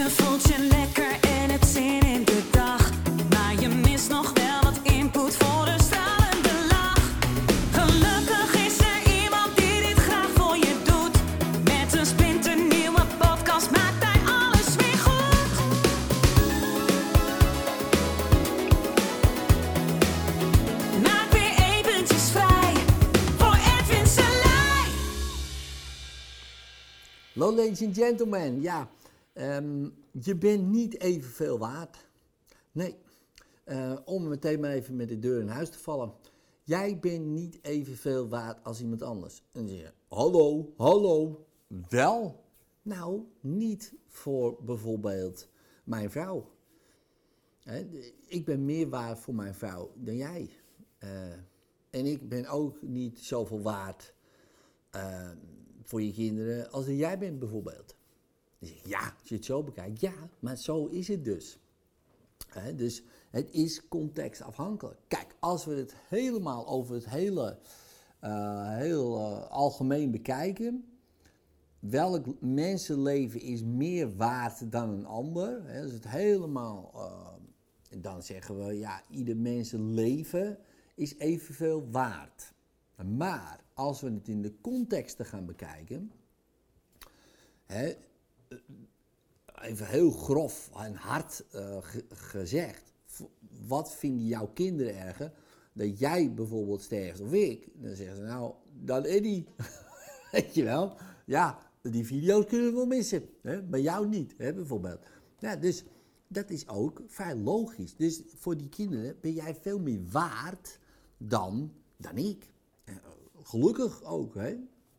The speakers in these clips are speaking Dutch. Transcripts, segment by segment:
Je voelt je lekker en hebt zin in de dag. Maar je mist nog wel wat input voor een stralende lach. Gelukkig is er iemand die dit graag voor je doet. Met een splinternieuwe podcast maakt hij alles weer goed. Maak weer eventjes vrij voor Edwin Selij. Hallo ladies and gentlemen, ja, je bent niet evenveel waard. Nee, om meteen maar even met de deur in huis te vallen. Jij bent niet evenveel waard als iemand anders. En dan zeg je, hallo, wel? Nou, niet voor bijvoorbeeld mijn vrouw. Ik ben meer waard voor mijn vrouw dan jij. En ik ben ook niet zoveel waard voor je kinderen als dat jij bent bijvoorbeeld. Ja, als je het zo bekijkt, ja, maar zo is het dus. Dus het is contextafhankelijk. Kijk, als we het helemaal over het heel algemeen bekijken, welk mensenleven is meer waard dan een ander? Als het helemaal, dan zeggen we, ja, ieder mensenleven is evenveel waard. Maar als we het in de contexten gaan bekijken, even heel grof en hard gezegd, wat vinden jouw kinderen erger? Dat jij bijvoorbeeld sterft of ik? Dan zeggen ze, nou, dan Eddie. Weet je wel? Ja, die video's kunnen we wel missen, maar jou niet, bijvoorbeeld. Ja, dus dat is ook vrij logisch. Dus voor die kinderen ben jij veel meer waard dan ik. Gelukkig ook, hè.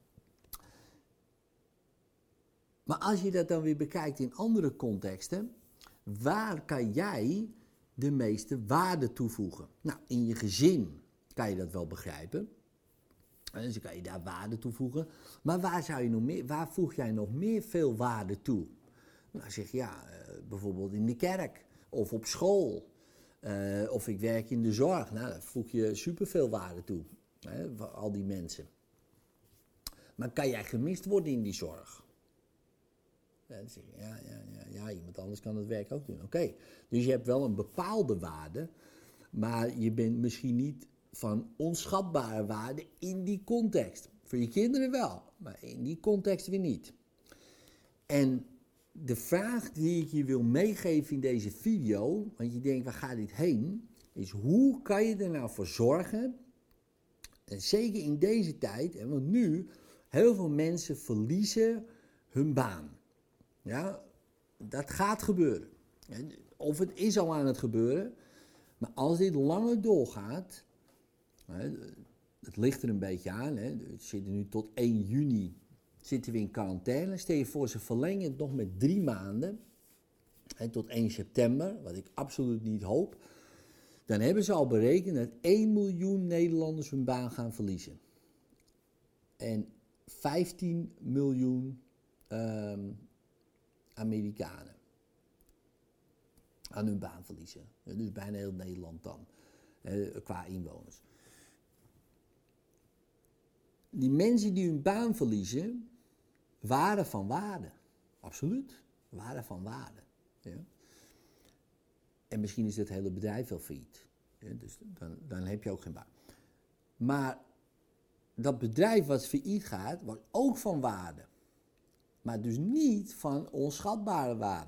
Maar als je dat dan weer bekijkt in andere contexten, waar kan jij de meeste waarde toevoegen? Nou, in je gezin kan je dat wel begrijpen. Dus dan kan je daar waarde toevoegen. Maar waar voeg jij nog meer veel waarde toe? Nou, zeg je, ja, bijvoorbeeld in de kerk of op school. Of ik werk in de zorg. Nou, daar voeg je superveel waarde toe. Voor al die mensen. Maar kan jij gemist worden in die zorg? Ja, dan zeg je, ja, iemand anders kan het werk ook doen. Oké, dus je hebt wel een bepaalde waarde, maar je bent misschien niet van onschatbare waarde in die context. Voor je kinderen wel, maar in die context weer niet. En de vraag die ik je wil meegeven in deze video, want je denkt, waar gaat dit heen? Is hoe kan je er nou voor zorgen, en zeker in deze tijd, want nu, heel veel mensen verliezen hun baan. Ja, dat gaat gebeuren. Of het is al aan het gebeuren. Maar als dit langer doorgaat, het ligt er een beetje aan. We zitten nu tot 1 juni zitten we in quarantaine. Stel je voor, ze verlengen het nog met 3 maanden. Tot 1 september, wat ik absoluut niet hoop. Dan hebben ze al berekend dat 1 miljoen Nederlanders hun baan gaan verliezen. En 15 miljoen Amerikanen aan hun baan verliezen. Dus bijna heel Nederland dan, qua inwoners. Die mensen die hun baan verliezen, waren van waarde. Absoluut, waren van waarde. Ja. En misschien is het hele bedrijf wel failliet. Ja, dus dan heb je ook geen baan. Maar dat bedrijf wat failliet gaat, wordt ook van waarde. Maar dus niet van onschatbare waarde.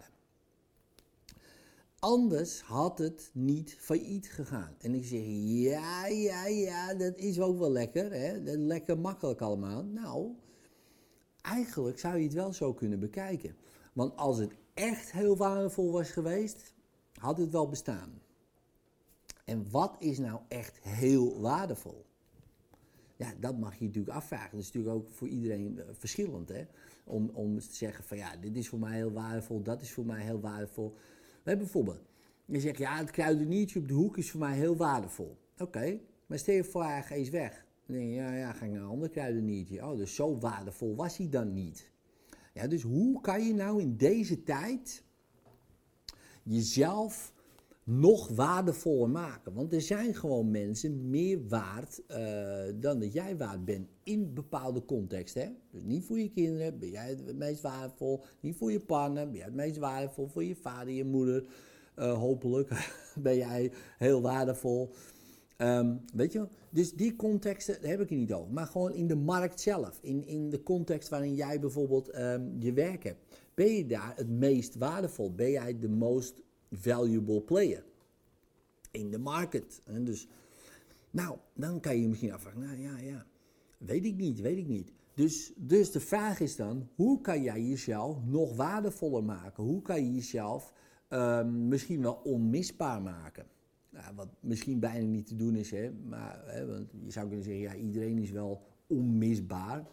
Anders had het niet failliet gegaan. En ik zeg, ja, dat is ook wel lekker. Hè? Dat is lekker makkelijk allemaal. Nou, eigenlijk zou je het wel zo kunnen bekijken. Want als het echt heel waardevol was geweest, had het wel bestaan. En wat is nou echt heel waardevol? Ja, dat mag je natuurlijk afvragen. Dat is natuurlijk ook voor iedereen verschillend, hè? Om te zeggen van ja, dit is voor mij heel waardevol, dat is voor mij heel waardevol. Bijvoorbeeld, je zegt ja, het kruideniertje op de hoek is voor mij heel waardevol. Oké, maar stel je voor, hij is weg. Dan denk je, ja, ga ik naar een ander kruideniertje. Oh, dus zo waardevol was hij dan niet. Ja, dus hoe kan je nou in deze tijd jezelf nog waardevoller maken. Want er zijn gewoon mensen meer waard dan dat jij waard bent in bepaalde contexten. Hè? Dus niet voor je kinderen ben jij het meest waardevol. Niet voor je partner ben jij het meest waardevol. Voor je vader, je moeder. Hopelijk ben jij heel waardevol. Weet je, dus die contexten, daar heb ik het niet over. Maar gewoon in de markt zelf. In de context waarin jij bijvoorbeeld je werk hebt. Ben je daar het meest waardevol? Ben jij de most valuable player in de market? En dus, nou, dan kan je je misschien afvragen, nou ja, weet ik niet. Dus de vraag is dan, hoe kan jij jezelf nog waardevoller maken? Hoe kan je jezelf misschien wel onmisbaar maken? Nou, wat misschien bijna niet te doen is, hè, maar want je zou kunnen zeggen, ja, iedereen is wel onmisbaar.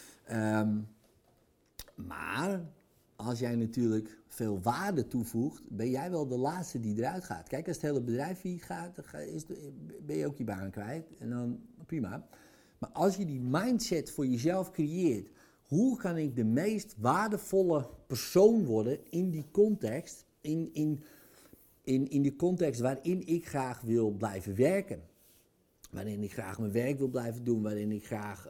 Maar als jij natuurlijk veel waarde toevoegt, ben jij wel de laatste die eruit gaat. Kijk, als het hele bedrijf hier gaat, ben je ook je baan kwijt. En dan prima. Maar als je die mindset voor jezelf creëert, hoe kan ik de meest waardevolle persoon worden in die context, in die context waarin ik graag wil blijven werken. Waarin ik graag mijn werk wil blijven doen, waarin ik graag,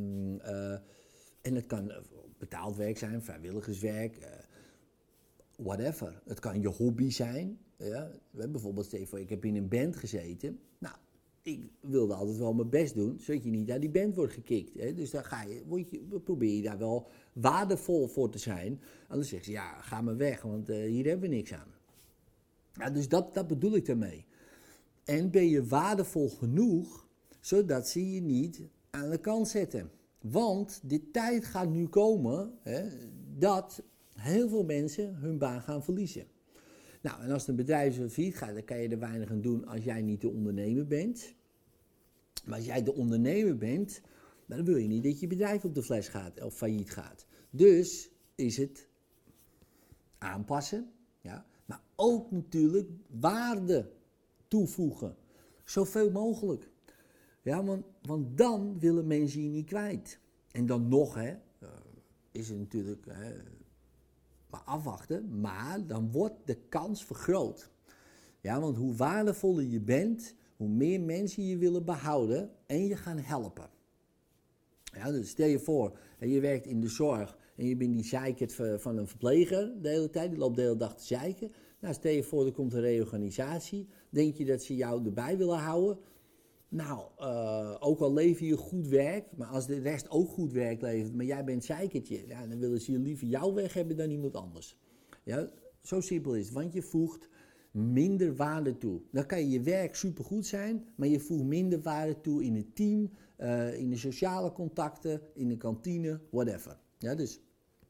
en het kan betaald werk zijn, vrijwilligerswerk, whatever. Het kan je hobby zijn. Ja. Bijvoorbeeld, stel je voor, ik heb in een band gezeten. Nou, ik wilde altijd wel mijn best doen, zodat je niet uit die band wordt gekikt. Hè. Dus dan probeer je daar wel waardevol voor te zijn. Anders zeg je, ja, ga maar weg, want hier hebben we niks aan. Ja, dus dat bedoel ik daarmee. En ben je waardevol genoeg, zodat ze je niet aan de kant zetten. Want de tijd gaat nu komen, hè, dat heel veel mensen hun baan gaan verliezen. Nou, en als het een bedrijf zo failliet gaat, dan kan je er weinig aan doen als jij niet de ondernemer bent. Maar als jij de ondernemer bent, dan wil je niet dat je bedrijf op de fles gaat of failliet gaat. Dus is het aanpassen, ja, maar ook natuurlijk waarde toevoegen. Zoveel mogelijk. Ja, want dan willen mensen je niet kwijt. En dan nog, hè, is het natuurlijk maar afwachten, maar dan wordt de kans vergroot. Ja, want hoe waardevoller je bent, hoe meer mensen je willen behouden en je gaan helpen. Ja, dus stel je voor, je werkt in de zorg en je bent die zeikert van een verpleger de hele tijd, die loopt de hele dag te zeiken. Nou, stel je voor, er komt een reorganisatie, denk je dat ze jou erbij willen houden? Nou, ook al lever je goed werk, maar als de rest ook goed werk levert, maar jij bent zeikertje, ja, dan willen ze je liever jou weg hebben dan iemand anders. Ja, zo simpel is het, want je voegt minder waarde toe. Dan kan je werk supergoed zijn, maar je voegt minder waarde toe in het team, in de sociale contacten, in de kantine, whatever. Ja, dus.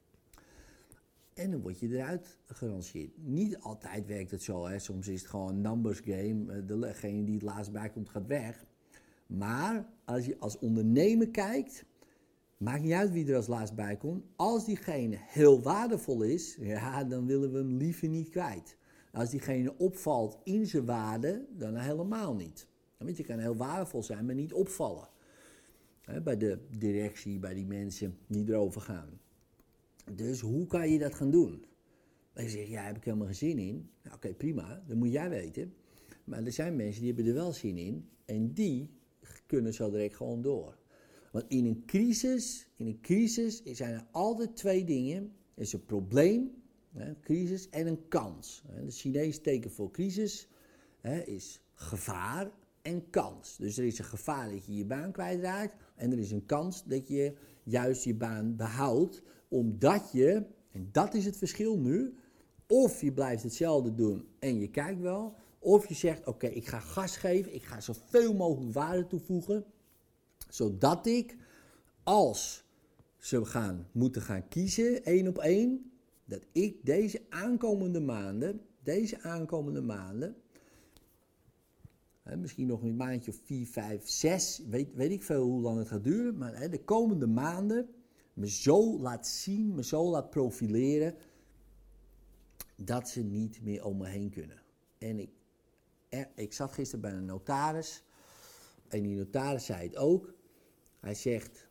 En dan word je eruit gerangeerd. Niet altijd werkt het zo, hè. Soms is het gewoon een numbers game. Degene die het laatst bij komt gaat weg. Maar als je als ondernemer kijkt, maakt niet uit wie er als laatst bij komt. Als diegene heel waardevol is, ja, dan willen we hem liever niet kwijt. Als diegene opvalt in zijn waarde, dan helemaal niet. Want je kan heel waardevol zijn, maar niet opvallen. Bij de directie, bij die mensen die erover gaan. Dus hoe kan je dat gaan doen? Dan zeg je, ja, heb ik helemaal geen zin in. Nou, oké, prima, dat moet jij weten. Maar er zijn mensen die hebben er wel zin in. En die kunnen zo direct gewoon door. Want in een crisis zijn er altijd twee dingen. Er is een probleem, crisis, en een kans. Het Chinese teken voor crisis is gevaar en kans. Dus er is een gevaar dat je je baan kwijtraakt. En er is een kans dat je juist je baan behoudt. Omdat je, en dat is het verschil nu, of je blijft hetzelfde doen en je kijkt wel, of je zegt, oké, ik ga gas geven, ik ga zoveel mogelijk waarde toevoegen, zodat ik, als ze moeten gaan kiezen, 1 op 1, dat ik deze aankomende maanden, misschien nog een maandje of 4, 5, 6, weet ik veel hoe lang het gaat duren, maar de komende maanden me zo laat zien, me zo laat profileren, dat ze niet meer om me heen kunnen. En ik zat gisteren bij een notaris, en die notaris zei het ook. Hij zegt,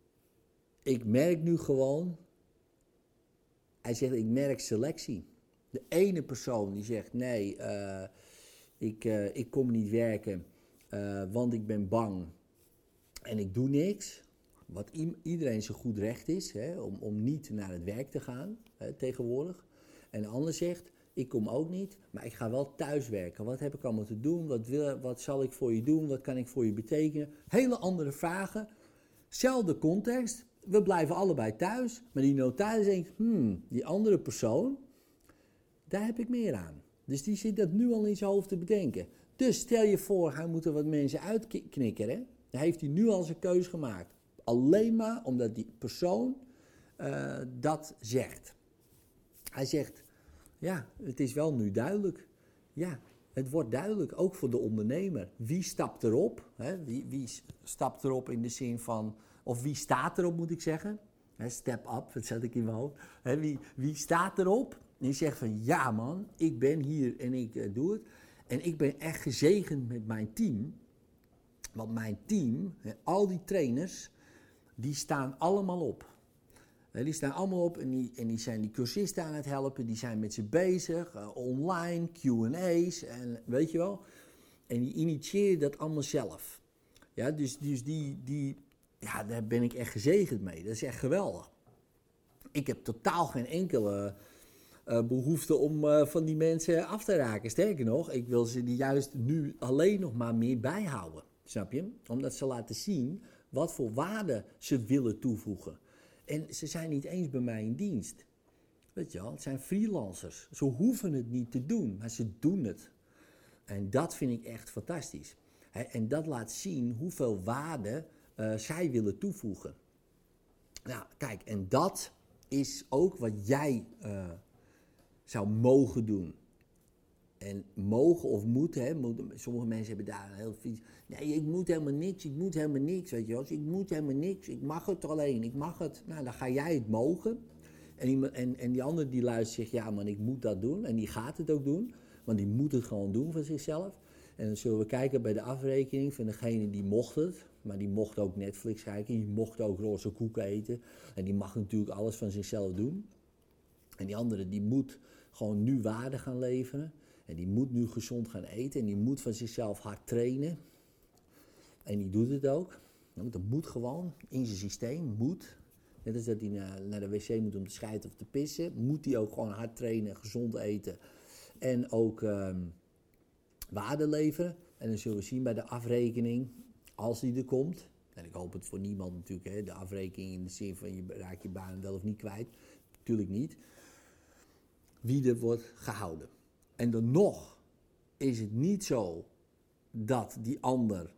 ik merk nu gewoon, ik merk selectie. De ene persoon die zegt, nee, ik kom niet werken, want ik ben bang en ik doe niks. Wat iedereen zijn goed recht is, hè, om niet naar het werk te gaan, hè, tegenwoordig. En de ander zegt, ik kom ook niet, maar ik ga wel thuis werken. Wat heb ik allemaal te doen? Wat zal ik voor je doen? Wat kan ik voor je betekenen? Hele andere vragen. Zelfde context. We blijven allebei thuis. Maar die notaris denkt, die andere persoon, daar heb ik meer aan. Dus die zit dat nu al in zijn hoofd te bedenken. Dus stel je voor, hij moet er wat mensen uitknikkeren. Dan heeft hij nu al zijn keus gemaakt. Alleen maar omdat die persoon dat zegt. Hij zegt, ja, het is wel nu duidelijk. Ja, het wordt duidelijk, ook voor de ondernemer. Wie stapt erop? Hè? Wie stapt erop in de zin van, of wie staat erop moet ik zeggen? Hè, step up, dat zet ik in mijn hoofd. Hè, wie staat erop? En die zegt van, ja man, ik ben hier en ik doe het. En ik ben echt gezegend met mijn team. Want mijn team, al die trainers, die staan allemaal op. Die staan allemaal op en die zijn die cursisten aan het helpen, die zijn met ze bezig, online, Q&A's en weet je wel. En die initiëren dat allemaal zelf. Ja, dus daar ben ik echt gezegend mee. Dat is echt geweldig. Ik heb totaal geen enkele behoefte om van die mensen af te raken. Sterker nog, ik wil ze die juist nu alleen nog maar meer bijhouden. Snap je? Omdat ze laten zien wat voor waarde ze willen toevoegen. En ze zijn niet eens bij mij in dienst. Weet je wel, het zijn freelancers. Ze hoeven het niet te doen, maar ze doen het. En dat vind ik echt fantastisch. En dat laat zien hoeveel waarde zij willen toevoegen. Nou, kijk, en dat is ook wat jij zou mogen doen. En mogen of moeten, hè, sommige mensen hebben daar een heel vies. Nee, ik moet helemaal niks, weet je wel. Ik moet helemaal niks, ik mag het alleen, ik mag het. Nou, dan ga jij het mogen. En die ander die luistert zegt, ja man, ik moet dat doen. En die gaat het ook doen, want die moet het gewoon doen van zichzelf. En dan zullen we kijken bij de afrekening van degene die mocht het. Maar die mocht ook Netflix kijken, die mocht ook roze koeken eten. En die mag natuurlijk alles van zichzelf doen. En die andere die moet gewoon nu waarde gaan leveren. En die moet nu gezond gaan eten en die moet van zichzelf hard trainen. En die doet het ook. Dat moet gewoon in zijn systeem, moet. Net als dat hij naar de wc moet om te schijten of te pissen, moet hij ook gewoon hard trainen, gezond eten en ook waarde leveren. En dan zullen we zien bij de afrekening, als die er komt. En ik hoop het voor niemand natuurlijk, hè, de afrekening in de zin van je raakt je baan wel of niet kwijt. Natuurlijk niet. Wie er wordt gehouden. En dan nog is het niet zo dat die ander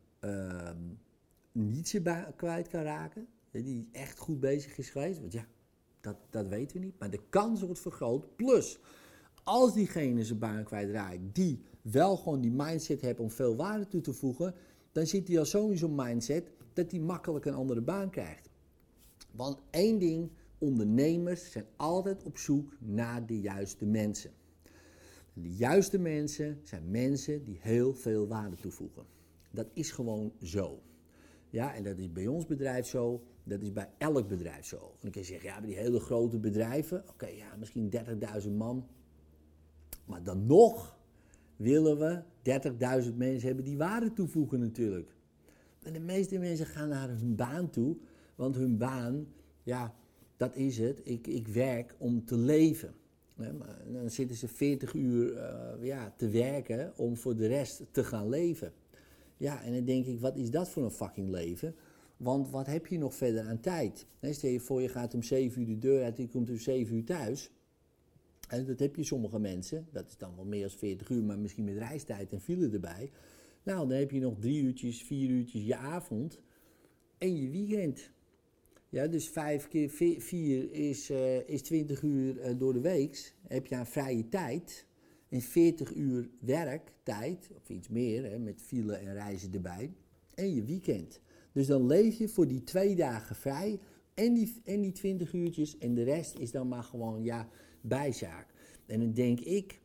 niet zijn baan kwijt kan raken. Die echt goed bezig is geweest. Want ja, dat weten we niet. Maar de kans wordt vergroot. Plus, als diegene zijn baan kwijtraakt, die wel gewoon die mindset heeft om veel waarde toe te voegen, dan zit hij al zo in zo'n mindset dat hij makkelijk een andere baan krijgt. Want één ding, ondernemers zijn altijd op zoek naar de juiste mensen. De juiste mensen zijn mensen die heel veel waarde toevoegen. Dat is gewoon zo. Ja, en dat is bij ons bedrijf zo, dat is bij elk bedrijf zo. En dan kun je zeggen, ja, bij die hele grote bedrijven, oké, ja, misschien 30.000 man. Maar dan nog willen we 30.000 mensen hebben die waarde toevoegen natuurlijk. En de meeste mensen gaan naar hun baan toe, want hun baan, ja, dat is het. Ik werk om te leven. Maar dan zitten ze 40 uur te werken om voor de rest te gaan leven. Ja, en dan denk ik, wat is dat voor een fucking leven? Want wat heb je nog verder aan tijd? Stel je voor, je gaat om 7 uur de deur uit en je komt om 7 uur thuis. En dat heb je sommige mensen, dat is dan wel meer dan 40 uur, maar misschien met reistijd en file erbij. Nou, dan heb je nog 3 uurtjes, 4 uurtjes je avond en je weekend. Ja, dus 5 keer 4 is 20 uur door de week. Heb je aan vrije tijd. En 40 uur werktijd, of iets meer, hè, met file en reizen erbij. En je weekend. Dus dan leef je voor die 2 dagen vrij en die 20 uurtjes. En de rest is dan maar gewoon, ja, bijzaak. En dan denk ik,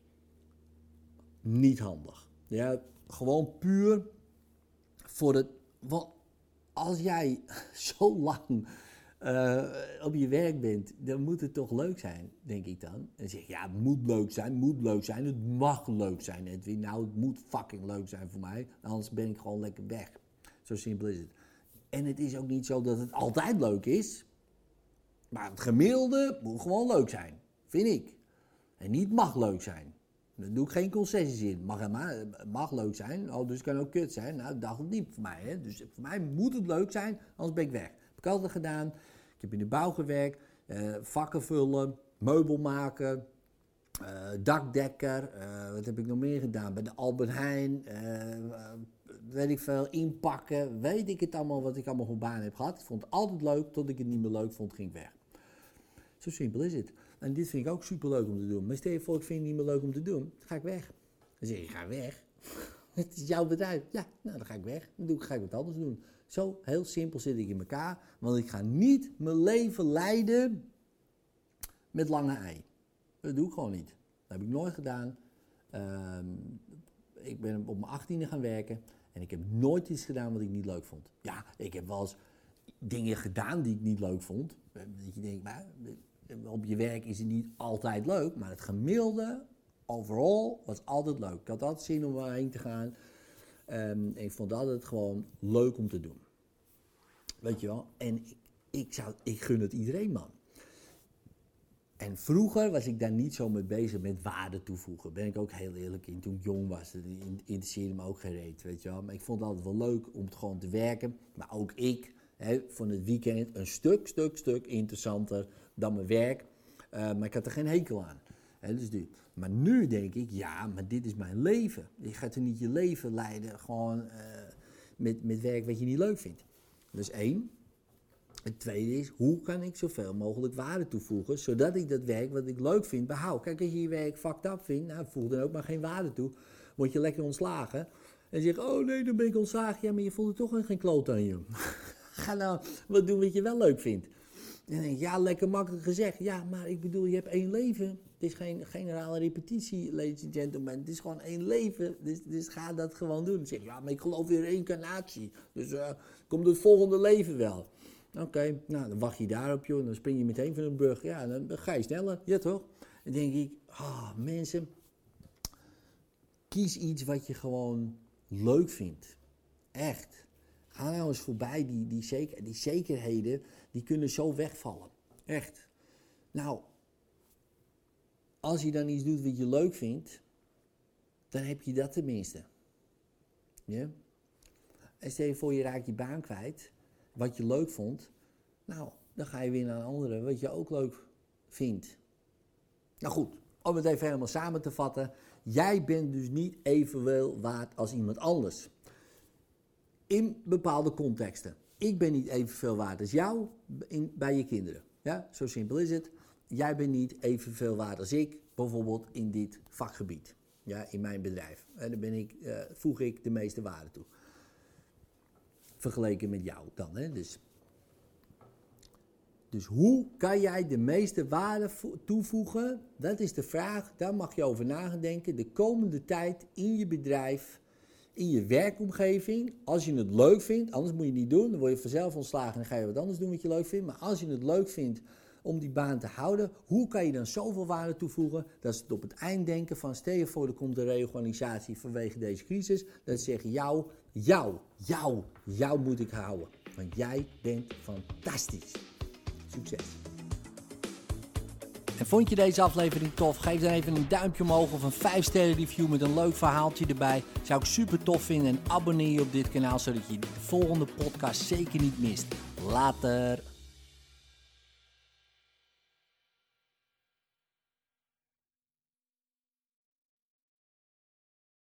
niet handig. Ja, gewoon puur voor het... Want als jij zo lang op je werk bent, dan moet het toch leuk zijn, denk ik dan. En dan zeg je, ja, het moet leuk zijn, het mag leuk zijn, Edwin. Nou, het moet fucking leuk zijn voor mij, anders ben ik gewoon lekker weg. Zo simpel is het. En het is ook niet zo dat het altijd leuk is, maar het gemiddelde moet gewoon leuk zijn, vind ik. En niet mag leuk zijn. Daar doe ik geen concessies in. Mag leuk zijn, dus het kan ook kut zijn. Nou, dat is niet voor mij. Hè. Dus voor mij moet het leuk zijn, anders ben ik weg. Heb ik altijd gedaan. Ik heb in de bouw gewerkt, vakken vullen, meubel maken, dakdekker. Wat heb ik nog meer gedaan? Bij de Albert Heijn, weet ik veel, inpakken. Weet ik het allemaal, wat ik allemaal voor banen heb gehad. Ik vond het altijd leuk, tot ik het niet meer leuk vond, ging ik weg. Zo simpel is het. En dit vind ik ook super leuk om te doen. Maar stel je voor, ik vind het niet meer leuk om te doen, dan ga ik weg. Dan zeg je, ga weg. Het is jouw bedrijf. Ja, nou dan ga ik weg. Dan ga ik wat anders doen. Zo heel simpel zit ik in elkaar. Want ik ga niet mijn leven leiden met lange ei. Dat doe ik gewoon niet. Dat heb ik nooit gedaan. Ik ben op mijn 18e gaan werken. En ik heb nooit iets gedaan wat ik niet leuk vond. Ja, ik heb wel eens dingen gedaan die ik niet leuk vond. Dat je denkt, maar op je werk is het niet altijd leuk. Maar het gemiddelde, overal, was altijd leuk. Ik had altijd zin om erheen te gaan. En ik vond altijd gewoon leuk om te doen. Weet je wel? En ik gun het iedereen, man. En vroeger was ik daar niet zo mee bezig met waarde toevoegen. Ben ik ook heel eerlijk in. Toen ik jong was, interesseerde me ook geen reet, weet je wel. Maar ik vond het altijd wel leuk om het gewoon te werken. Maar ook ik, van het weekend, een stuk interessanter dan mijn werk. Maar ik had er geen hekel aan. Maar nu denk ik, ja, maar dit is mijn leven. Je gaat er niet je leven leiden gewoon met werk wat je niet leuk vindt. Dat is 1. Het tweede is, hoe kan ik zoveel mogelijk waarde toevoegen, zodat ik dat werk wat ik leuk vind behoud. Kijk, als je je werk fucked up vindt, nou, voeg dan ook maar geen waarde toe. Word je lekker ontslagen. En zeg, oh nee, dan ben ik ontslagen. Ja, maar je voelt er toch geen kloot aan je. Ga nou wat doen wat je wel leuk vindt. En dan denk ik, ja, lekker makkelijk gezegd. Ja, maar ik bedoel, je hebt 1 leven. Het is geen generale repetitie, ladies and gentlemen. Het is gewoon 1 leven. Dus ga dat gewoon doen. Dan zeg je, ja, maar ik geloof in reïncarnatie. Dus komt het volgende leven wel. Oké, nou, dan wacht je daarop, joh. En dan spring je meteen van een brug. Ja, dan ga je sneller. Ja, toch? Dan denk ik, mensen, kies iets wat je gewoon leuk vindt. Echt. Ga nou eens voorbij, die zekerheden, die kunnen zo wegvallen. Echt. Nou, als je dan iets doet wat je leuk vindt, dan heb je dat tenminste. Ja? En stel je voor, je raakt je baan kwijt, wat je leuk vond. Nou, dan ga je weer naar een andere, wat je ook leuk vindt. Nou goed, om het even helemaal samen te vatten. Jij bent dus niet evenveel waard als iemand anders. In bepaalde contexten. Ik ben niet evenveel waard als jou bij je kinderen. Ja, zo simpel is het. Jij bent niet evenveel waard als ik, bijvoorbeeld in dit vakgebied. Ja, in mijn bedrijf. En daar voeg ik de meeste waarde toe. Vergeleken met jou dan. Hè? Dus hoe kan jij de meeste waarde toevoegen? Dat is de vraag, daar mag je over nadenken. De komende tijd in je bedrijf, in je werkomgeving. Als je het leuk vindt, anders moet je het niet doen. Dan word je vanzelf ontslagen en dan ga je wat anders doen wat je leuk vindt. Maar als je het leuk vindt om die baan te houden, hoe kan je dan zoveel waarde toevoegen? Dat is het op het eind denken van, stel je voor, er komt een reorganisatie vanwege deze crisis. Dat ze zeggen, jou moet ik houden. Want jij bent fantastisch. Succes. En vond je deze aflevering tof? Geef dan even een duimpje omhoog of een 5-sterren review met een leuk verhaaltje erbij. Zou ik super tof vinden en abonneer je op dit kanaal, zodat je de volgende podcast zeker niet mist. Later.